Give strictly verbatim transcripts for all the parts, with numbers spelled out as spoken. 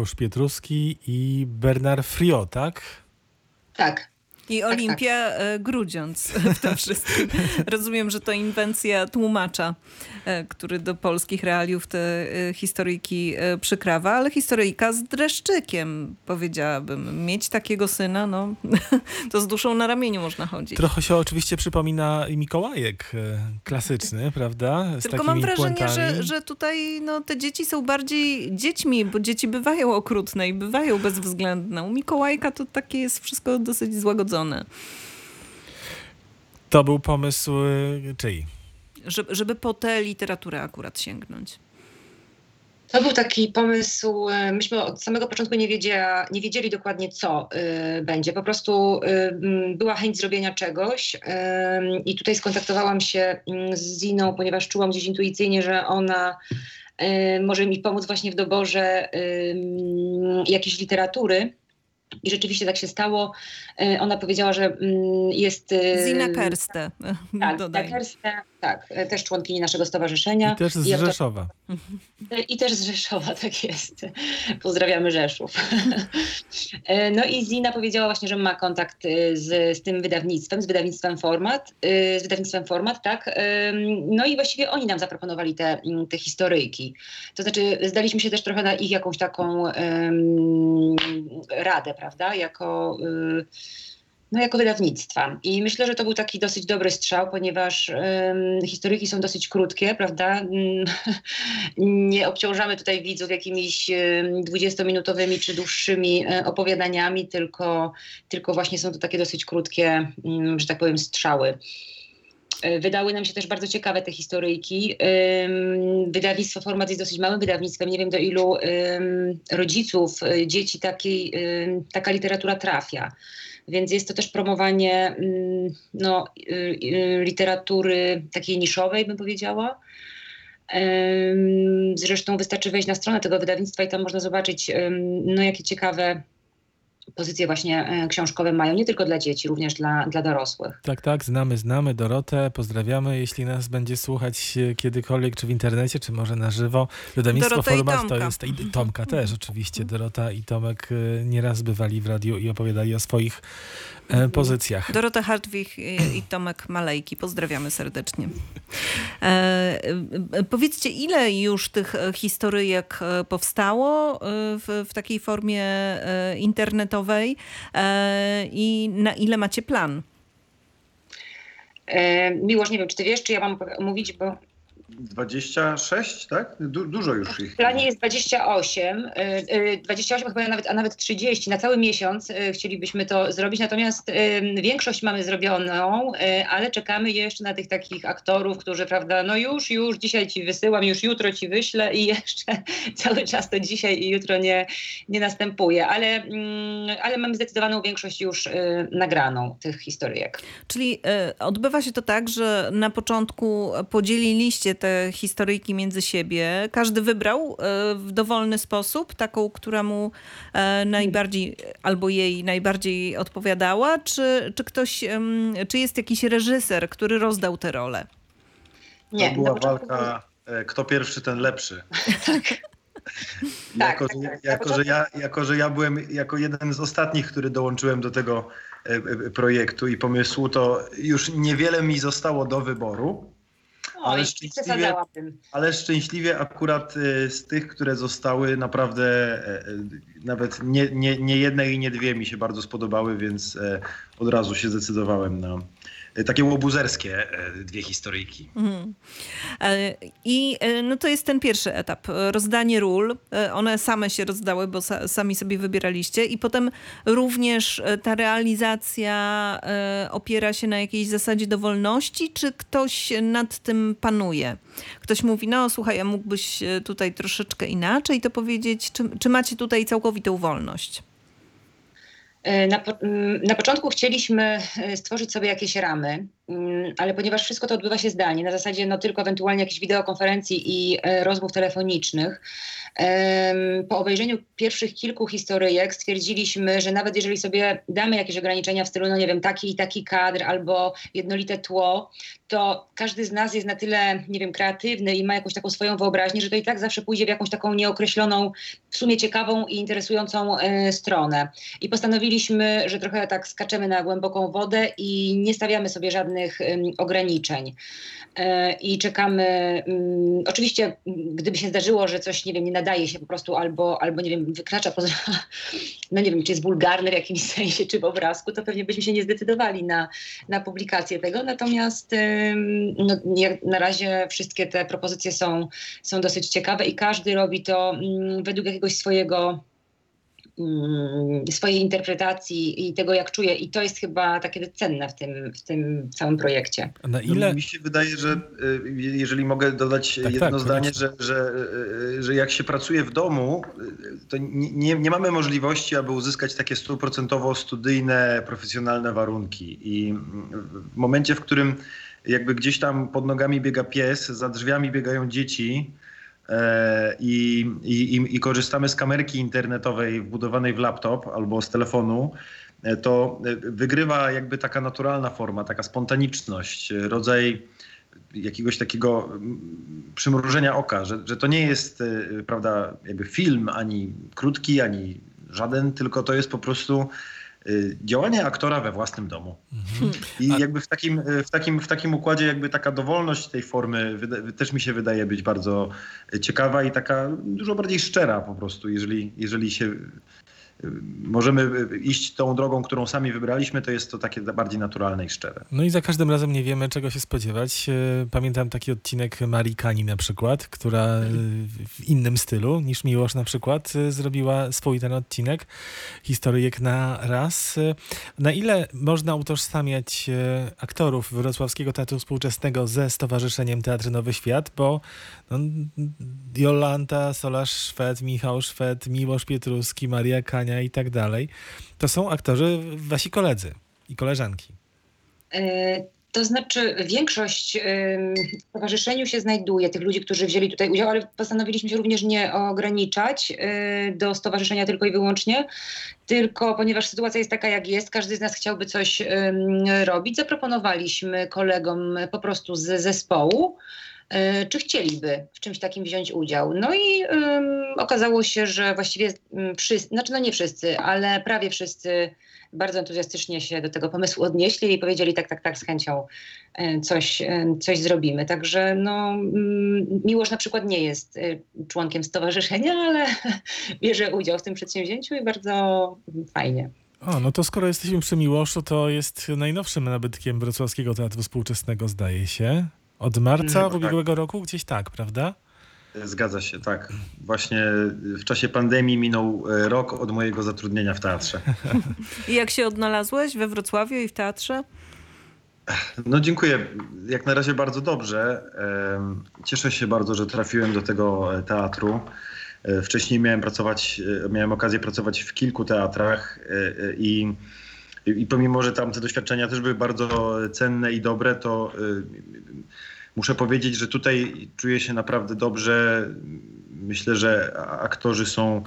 Grzegorz Pietruski i Bernard Friot, tak? Tak. I Olimpia tak, tak. Grudziądz w tym wszystkim. Rozumiem, że to inwencja tłumacza, który do polskich realiów te historyjki przykrawa, ale historyjka z dreszczykiem, powiedziałabym. Mieć takiego syna, no to z duszą na ramieniu można chodzić. Trochę się oczywiście przypomina i Mikołajek klasyczny, prawda? Z Tylko takimi mam wrażenie, puentami. że, że tutaj no, te dzieci są bardziej dziećmi, bo dzieci bywają okrutne i bywają bezwzględne. U Mikołajka to takie jest wszystko dosyć złagodzone. To był pomysł czyj? Żeby, żeby po tę literaturę akurat sięgnąć. To był taki pomysł, myśmy od samego początku nie, wiedzia, nie wiedzieli dokładnie, co y, będzie. Po prostu y, była chęć zrobienia czegoś y, i tutaj skontaktowałam się z Ziną, ponieważ czułam gdzieś intuicyjnie, że ona y, może mi pomóc właśnie w doborze y, jakiejś literatury. I rzeczywiście tak się stało. Ona powiedziała, że jest... Zina Kerste. Tak, Zina Kerste, tak, też członkini naszego stowarzyszenia. I też z I Rzeszowa. I też z Rzeszowa, tak jest. Pozdrawiamy Rzeszów. No i Zina powiedziała właśnie, że ma kontakt z, z tym wydawnictwem, z wydawnictwem Format, z wydawnictwem Format, tak. No i właściwie oni nam zaproponowali te, te historyjki. To znaczy zdaliśmy się też trochę na ich jakąś taką um, radę, prawda, jako... Y, No jako wydawnictwa. I myślę, że to był taki dosyć dobry strzał, ponieważ um, historyjki są dosyć krótkie, prawda? Nie obciążamy tutaj widzów jakimiś dwudziestominutowymi czy dłuższymi opowiadaniami, tylko, tylko właśnie są to takie dosyć krótkie, um, że tak powiem, strzały. Wydały nam się też bardzo ciekawe te historyjki. Wydawnictwo Format jest dosyć małym wydawnictwem. Nie wiem, do ilu rodziców dzieci takiej, taka literatura trafia. Więc jest to też promowanie no, literatury takiej niszowej, bym powiedziała. Zresztą wystarczy wejść na stronę tego wydawnictwa i tam można zobaczyć, no, jakie ciekawe pozycje właśnie książkowe mają, nie tylko dla dzieci, również dla, dla dorosłych. Tak, tak, znamy, znamy Dorotę, pozdrawiamy, jeśli nas będzie słuchać kiedykolwiek, czy w internecie, czy może na żywo. Wydawnictwo Format to jest, i Tomka też oczywiście, Dorota i Tomek nieraz bywali w radiu i opowiadali o swoich e, pozycjach. Dorota Hartwig i, i Tomek Malejki, pozdrawiamy serdecznie. E, powiedzcie, ile już tych historyjek powstało w, w takiej formie internetowej? I na ile macie plan? E, Miłosz, nie wiem, czy ty wiesz, czy ja mam mówić, bo... dwadzieścia sześć, tak? Du- dużo już ich. W planie jest dwadzieścia osiem, dwadzieścia osiem chyba nawet, a nawet trzydzieści. Na cały miesiąc chcielibyśmy to zrobić, natomiast większość mamy zrobioną, ale czekamy jeszcze na tych takich aktorów, którzy, prawda, no już, już dzisiaj ci wysyłam, już jutro ci wyślę i jeszcze cały czas to dzisiaj i jutro nie, nie następuje, ale, ale mamy zdecydowaną większość już nagraną tych historyjek. Czyli odbywa się to tak, że na początku podzieliliście te historyjki między siebie. Każdy wybrał w dowolny sposób taką, która mu najbardziej albo jej najbardziej odpowiadała, czy, czy ktoś, czy jest jakiś reżyser, który rozdał tę rolę? Nie, to była walka, kto pierwszy, ten lepszy. Tak. Jako, tak, że, tak, jako, że ja, jako, że ja byłem jako jeden z ostatnich, który dołączyłem do tego projektu i pomysłu, to już niewiele mi zostało do wyboru. O, ale, szczęśliwie, ale szczęśliwie akurat z tych, które zostały, naprawdę nawet nie, nie, nie jedne i nie dwie mi się bardzo spodobały, więc od razu się zdecydowałem na takie łobuzerskie dwie historyjki. Mhm. I no to jest ten pierwszy etap, rozdanie ról. One same się rozdały, bo sa, sami sobie wybieraliście i potem również ta realizacja opiera się na jakiejś zasadzie dowolności, czy ktoś nad tym panuje? Ktoś mówi, no słuchaj, a mógłbyś tutaj troszeczkę inaczej to powiedzieć, czy, czy macie tutaj całkowitą wolność? Na, po, na początku chcieliśmy stworzyć sobie jakieś ramy, ale ponieważ wszystko to odbywa się zdalnie, na zasadzie no tylko ewentualnie jakichś wideokonferencji i e, rozmów telefonicznych, e, po obejrzeniu pierwszych kilku historyjek stwierdziliśmy, że nawet jeżeli sobie damy jakieś ograniczenia w stylu, no nie wiem, taki i taki kadr albo jednolite tło, to każdy z nas jest na tyle, nie wiem, kreatywny i ma jakąś taką swoją wyobraźnię, że to i tak zawsze pójdzie w jakąś taką nieokreśloną, w sumie ciekawą i interesującą e, stronę. I postanowiliśmy, że trochę tak skaczemy na głęboką wodę i nie stawiamy sobie żadnych um, ograniczeń. E, I czekamy, um, oczywiście gdyby się zdarzyło, że coś, nie wiem, nie nadaje się po prostu albo, albo nie wiem, wykracza poza, no nie wiem, czy jest wulgarny w jakimś sensie, czy w obrazku, to pewnie byśmy się nie zdecydowali na, na publikację tego. Natomiast no, jak na razie wszystkie te propozycje są, są dosyć ciekawe i każdy robi to mm, według jakiegoś swojego mm, swojej interpretacji i tego, jak czuje. I to jest chyba takie cenne w tym, w tym całym projekcie. A na ile... No, mi się wydaje, że jeżeli mogę dodać tak, jedno tak, zdanie, że, że, że jak się pracuje w domu, to nie, nie mamy możliwości, aby uzyskać takie stuprocentowo studyjne, profesjonalne warunki. I w momencie, w którym jakby gdzieś tam pod nogami biega pies, za drzwiami biegają dzieci e, i, i, i korzystamy z kamerki internetowej wbudowanej w laptop albo z telefonu, e, to wygrywa jakby taka naturalna forma, taka spontaniczność, rodzaj jakiegoś takiego przymrużenia oka, że, że to nie jest, e, prawda, jakby film ani krótki, ani żaden, tylko to jest po prostu działanie aktora we własnym domu. Mhm. I A... jakby w takim, w, takim, w takim układzie jakby taka dowolność tej formy wyda- też mi się wydaje być bardzo ciekawa i taka dużo bardziej szczera po prostu, jeżeli, jeżeli się możemy iść tą drogą, którą sami wybraliśmy, to jest to takie bardziej naturalne i szczere. No i za każdym razem nie wiemy, czego się spodziewać. Pamiętam taki odcinek Marii Kani na przykład, która w innym stylu niż Miłosz na przykład zrobiła swój ten odcinek Historyjek na raz. Na ile można utożsamiać aktorów Wrocławskiego Teatru Współczesnego ze Stowarzyszeniem Teatr Nowy Świat, bo no, Jolanta Solarz-Szwed, Michał Szwed, Miłosz Pietruski, Maria Kania i tak dalej, to są aktorzy wasi koledzy i koleżanki. To znaczy większość w stowarzyszeniu się znajduje tych ludzi, którzy wzięli tutaj udział, ale postanowiliśmy się również nie ograniczać do stowarzyszenia tylko i wyłącznie, tylko ponieważ sytuacja jest taka, jak jest, każdy z nas chciałby coś robić, zaproponowaliśmy kolegom po prostu z zespołu, czy chcieliby w czymś takim wziąć udział. No i um, okazało się, że właściwie wszyscy, znaczy no nie wszyscy, ale prawie wszyscy bardzo entuzjastycznie się do tego pomysłu odnieśli i powiedzieli tak, tak, tak, z chęcią coś, coś zrobimy. Także no, Miłosz na przykład nie jest członkiem stowarzyszenia, ale bierze udział w tym przedsięwzięciu i bardzo fajnie. O, no to skoro jesteśmy przy Miłoszu, to jest najnowszym nabytkiem Wrocławskiego Teatru Współczesnego, zdaje się. Od marca no, ubiegłego tak. roku? Gdzieś tak, prawda? Zgadza się, tak. Właśnie w czasie pandemii minął rok od mojego zatrudnienia w teatrze. I jak się odnalazłeś we Wrocławiu i w teatrze? No dziękuję. Jak na razie bardzo dobrze. Cieszę się bardzo, że trafiłem do tego teatru. Wcześniej miałem pracować, miałem okazję pracować w kilku teatrach i I pomimo, że tam te doświadczenia też były bardzo cenne i dobre, to y, muszę powiedzieć, że tutaj czuję się naprawdę dobrze. Myślę, że aktorzy są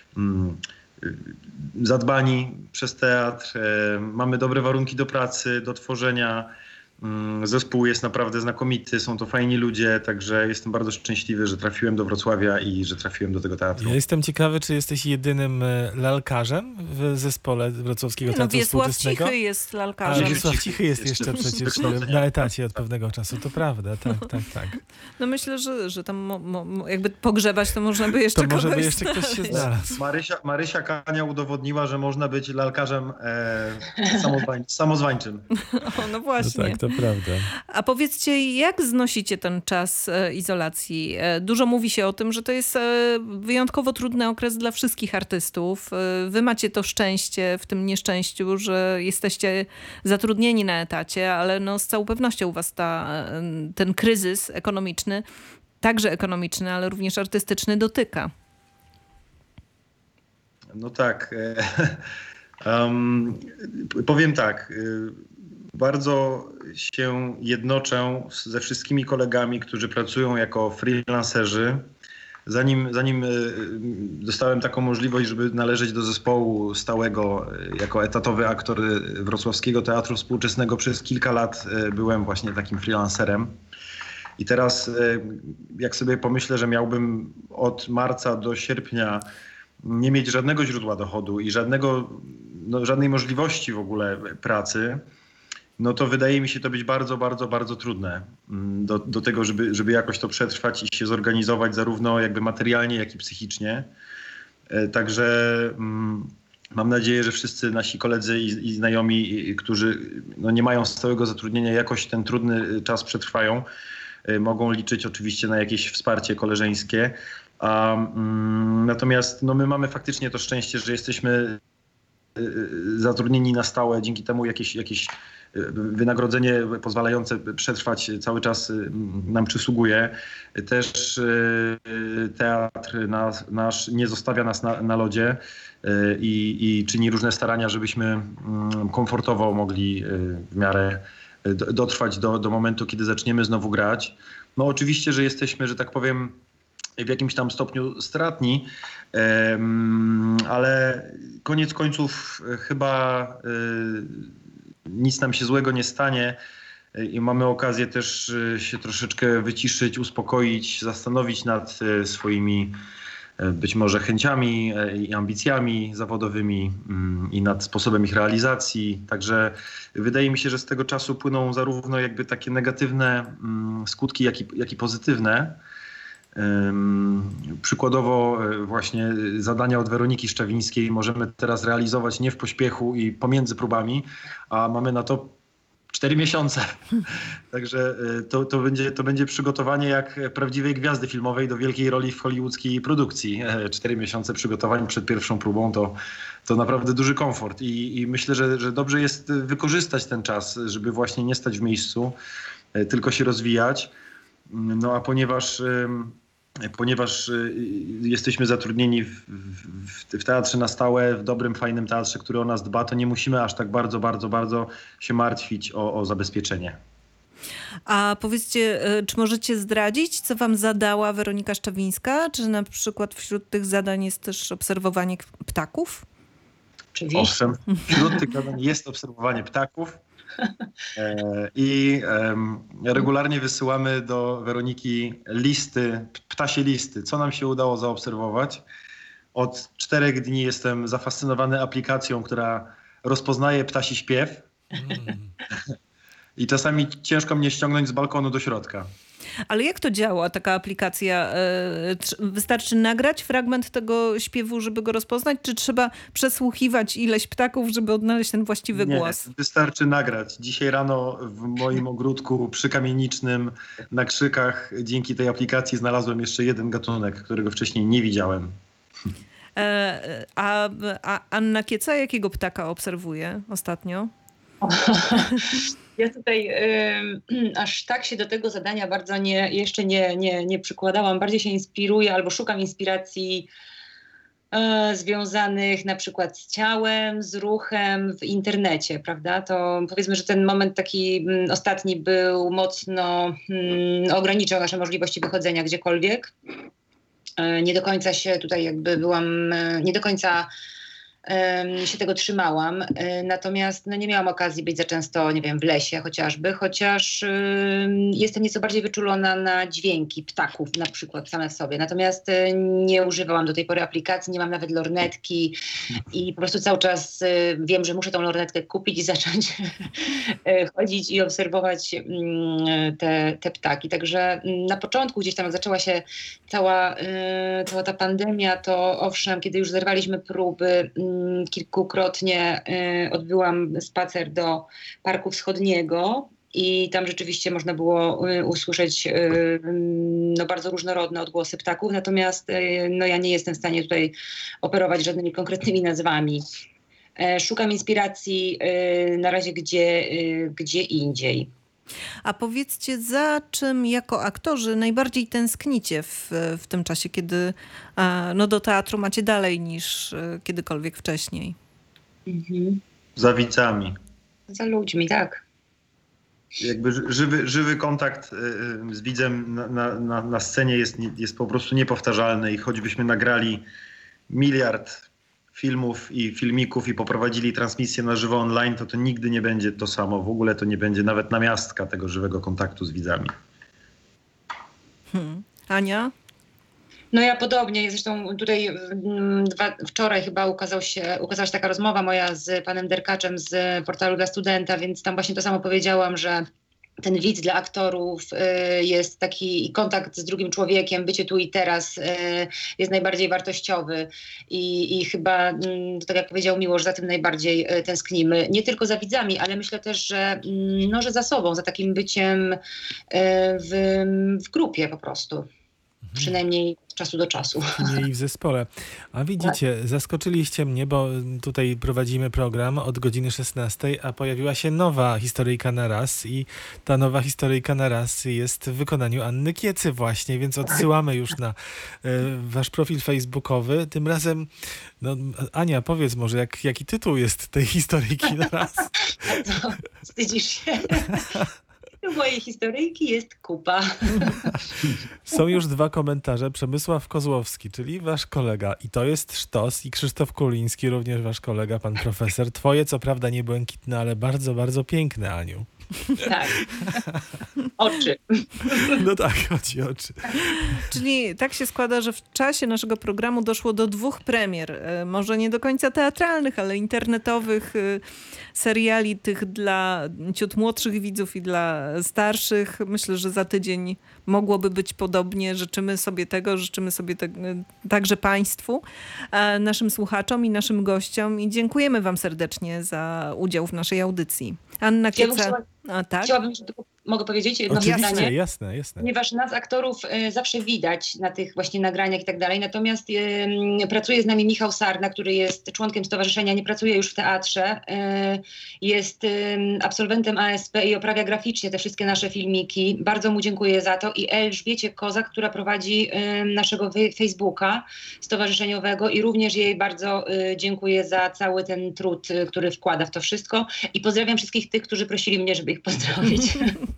y, zadbani przez teatr. Y, mamy dobre warunki do pracy, do tworzenia. Y, zespół jest naprawdę znakomity, są to fajni ludzie, także jestem bardzo szczęśliwy, że trafiłem do Wrocławia i że trafiłem do tego teatru. Ja jestem ciekawy, czy jesteś jedynym lalkarzem w zespole Wrocławskiego Nie, Teatru no, Współczesnego. Cichy jest lalkarzem. A Wiesław Cichy jest jeszcze przecież na etacie od pewnego czasu, to prawda, tak, tak, tak. No myślę, że, że tam mo, mo, jakby pogrzebać, to można by jeszcze to kogoś może by jeszcze ktoś się znalazł. Marysia, Marysia Kania udowodniła, że można być lalkarzem e, samozwań, samozwańczym. O, no właśnie. No tak, to prawda. A powiedzcie, jak znosicie ten czas e, izolacji? E, dużo mówi się o tym, że to jest e, wyjątkowo trudny okres dla wszystkich artystów. E, wy macie to szczęście w tym nieszczęściu, że jesteście zatrudnieni na etacie, ale no, z całą pewnością u was ta, e, ten kryzys ekonomiczny, także ekonomiczny, ale również artystyczny dotyka. No tak. Um, powiem tak. bardzo się jednoczę ze wszystkimi kolegami, którzy pracują jako freelancerzy. Zanim, zanim dostałem taką możliwość, żeby należeć do zespołu stałego jako etatowy aktor Wrocławskiego Teatru Współczesnego, przez kilka lat byłem właśnie takim freelancerem. I teraz jak sobie pomyślę, że miałbym od marca do sierpnia nie mieć żadnego źródła dochodu i żadnego, no, żadnej możliwości w ogóle pracy, no to wydaje mi się to być bardzo, bardzo, bardzo trudne do, do tego, żeby, żeby jakoś to przetrwać i się zorganizować zarówno jakby materialnie, jak i psychicznie. Także mm, mam nadzieję, że wszyscy nasi koledzy i, i znajomi, którzy no, nie mają stałego zatrudnienia, jakoś ten trudny czas przetrwają. Mogą liczyć oczywiście na jakieś wsparcie koleżeńskie. A, mm, natomiast no, my mamy faktycznie to szczęście, że jesteśmy zatrudnieni na stałe, dzięki temu jakieś, jakieś wynagrodzenie pozwalające przetrwać cały czas nam przysługuje. Też teatr nas, nasz nie zostawia nas na, na lodzie i, i czyni różne starania, żebyśmy komfortowo mogli w miarę dotrwać do, do momentu, kiedy zaczniemy znowu grać. No oczywiście, że jesteśmy, że tak powiem, w jakimś tam stopniu stratni, ale koniec końców chyba nic nam się złego nie stanie i mamy okazję też się troszeczkę wyciszyć, uspokoić, zastanowić nad swoimi być może chęciami i ambicjami zawodowymi i nad sposobem ich realizacji. Także wydaje mi się, że z tego czasu płyną zarówno jakby takie negatywne skutki, jak i, jak i pozytywne. Przykładowo właśnie zadania od Weroniki Szczawińskiej możemy teraz realizować nie w pośpiechu i pomiędzy próbami, a mamy na to cztery miesiące. Także to, to, będzie, to będzie przygotowanie jak prawdziwej gwiazdy filmowej do wielkiej roli w hollywoodzkiej produkcji. Cztery miesiące przygotowań przed pierwszą próbą to, to naprawdę duży komfort i, i myślę, że, że dobrze jest wykorzystać ten czas, żeby właśnie nie stać w miejscu, tylko się rozwijać. No a ponieważ Ponieważ jesteśmy zatrudnieni w, w, w teatrze na stałe, w dobrym, fajnym teatrze, który o nas dba, to nie musimy aż tak bardzo, bardzo, bardzo się martwić o, o zabezpieczenie. A powiedzcie, czy możecie zdradzić, co wam zadała Weronika Szczawińska? Czy na przykład wśród tych zadań jest też obserwowanie ptaków? Oczywiście. Owszem, wśród tych zadań jest obserwowanie ptaków. I regularnie wysyłamy do Weroniki listy, ptasie listy, co nam się udało zaobserwować. Od czterech dni jestem zafascynowany aplikacją, która rozpoznaje ptasi śpiew. Mm. I czasami ciężko mnie ściągnąć z balkonu do środka. Ale jak to działa, taka aplikacja? Wystarczy nagrać fragment tego śpiewu, żeby go rozpoznać, czy trzeba przesłuchiwać ileś ptaków, żeby odnaleźć ten właściwy Nie, głos? Wystarczy nagrać. Dzisiaj rano w moim ogródku przykamienicznym na krzykach dzięki tej aplikacji znalazłem jeszcze jeden gatunek, którego wcześniej nie widziałem. A, a Anna Kieca jakiego ptaka obserwuje ostatnio? Ja tutaj y, aż tak się do tego zadania bardzo nie, jeszcze nie, nie, nie przykładałam. Bardziej się inspiruję albo szukam inspiracji y, związanych na przykład z ciałem, z ruchem w internecie, prawda? To powiedzmy, że ten moment taki y, ostatni był mocno, y, ograniczał nasze możliwości wychodzenia gdziekolwiek. Y, nie do końca się tutaj jakby byłam, y, nie do końca się tego trzymałam, natomiast no, nie miałam okazji być za często, nie wiem, w lesie chociażby, chociaż y, jestem nieco bardziej wyczulona na dźwięki ptaków na przykład same w sobie, natomiast y, nie używałam do tej pory aplikacji, nie mam nawet lornetki i po prostu cały czas y, wiem, że muszę tą lornetkę kupić i zacząć chodzić i obserwować y, te, te ptaki, także na początku gdzieś tam jak zaczęła się cała, y, cała ta pandemia, to owszem, kiedy już zerwaliśmy próby, kilkukrotnie odbyłam spacer do Parku Wschodniego i tam rzeczywiście można było usłyszeć no, bardzo różnorodne odgłosy ptaków, natomiast no, ja nie jestem w stanie tutaj operować żadnymi konkretnymi nazwami. Szukam inspiracji na razie gdzie, gdzie indziej. A powiedzcie, za czym jako aktorzy najbardziej tęsknicie w, w tym czasie, kiedy no, do teatru macie dalej niż kiedykolwiek wcześniej? Mhm. Za widzami. Za ludźmi, tak. jakby żywy, żywy kontakt z widzem na, na, na, na scenie jest, jest po prostu niepowtarzalny i choćbyśmy nagrali miliard filmów i filmików i poprowadzili transmisję na żywo online, to to nigdy nie będzie to samo. W ogóle to nie będzie nawet namiastka tego żywego kontaktu z widzami. Hmm. Ania? No ja podobnie, zresztą tutaj mm, dwa, wczoraj chyba ukazał się, ukazała się taka rozmowa moja z panem Derkaczem z portalu dla studenta, więc tam właśnie to samo powiedziałam, że ten widz dla aktorów y, jest taki kontakt z drugim człowiekiem, bycie tu i teraz y, jest najbardziej wartościowy i, i chyba, y, tak jak powiedział Miłosz, za tym najbardziej y, tęsknimy. Nie tylko za widzami, ale myślę też, że, y, no, że za sobą, za takim byciem y, w, w grupie po prostu. Przynajmniej z czasu do czasu. Nie i w zespole. A widzicie, zaskoczyliście mnie, bo tutaj prowadzimy program od godziny szesnastej, a pojawiła się nowa historyjka na raz i ta nowa historyjka na raz jest w wykonaniu Anny Kiecy właśnie, więc odsyłamy już na y, wasz profil facebookowy. Tym razem, no, Ania, powiedz może, jak, jaki tytuł jest tej historyjki na raz? No, wstydzisz się. Mojej historyjki jest kupa. Są już dwa komentarze. Przemysław Kozłowski, czyli wasz kolega. I to jest sztos. I Krzysztof Kuliński, również wasz kolega, pan profesor. Twoje co prawda nie błękitne, ale bardzo, bardzo piękne, Aniu. Tak. Oczy. No tak, chodzi o oczy. Czyli tak się składa, że w czasie naszego programu doszło do dwóch premier. E, Może nie do końca teatralnych, ale internetowych e, seriali tych dla ciut młodszych widzów i dla starszych. Myślę, że za tydzień mogłoby być podobnie. Życzymy sobie tego, życzymy sobie te, także Państwu, e, naszym słuchaczom i naszym gościom i dziękujemy Wam serdecznie za udział w naszej audycji. Anna Ja bym Kieca. chciała- A, tak? Chciałabym jeszcze tylko, mogę powiedzieć jedno Oczywiście, zdanie? jasne, jasne. Ponieważ nas aktorów y, zawsze widać na tych właśnie nagraniach i tak dalej, natomiast y, pracuje z nami Michał Sarna, który jest członkiem stowarzyszenia, nie pracuje już w teatrze, y, jest y, absolwentem A S P i oprawia graficznie te wszystkie nasze filmiki. Bardzo mu dziękuję za to i Elżbiecie Kozak, która prowadzi y, naszego wej- Facebooka stowarzyszeniowego i również jej bardzo y, dziękuję za cały ten trud, y, który wkłada w to wszystko i pozdrawiam wszystkich tych, którzy prosili mnie, żeby ich pozdrowić.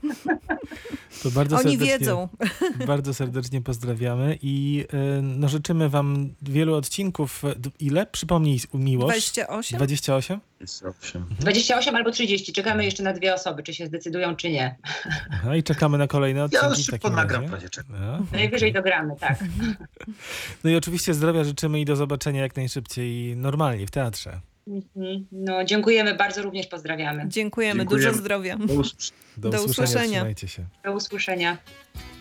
To bardzo Oni serdecznie, wiedzą. Bardzo serdecznie pozdrawiamy i y, no, życzymy wam wielu odcinków. D- Ile? Przypomnij, Miłosz. dwadzieścia osiem? dwadzieścia osiem? Jest owszem. dwadzieścia osiem albo trzydzieści. Czekamy jeszcze na dwie osoby, czy się zdecydują, czy nie. Aha, i czekamy na kolejne odcinki. Ja w szybko takim nagram, razie. prawie czekam. No. Najwyżej dogramy, tak. No i oczywiście zdrowia życzymy i do zobaczenia jak najszybciej normalnie w teatrze. Mhm. No, dziękujemy bardzo, również pozdrawiamy. Dziękujemy. Dziękujemy. Dużo zdrowia. Do usłyszenia. Do, Do usłyszenia. usłyszenia. Trzymajcie się. Do usłyszenia.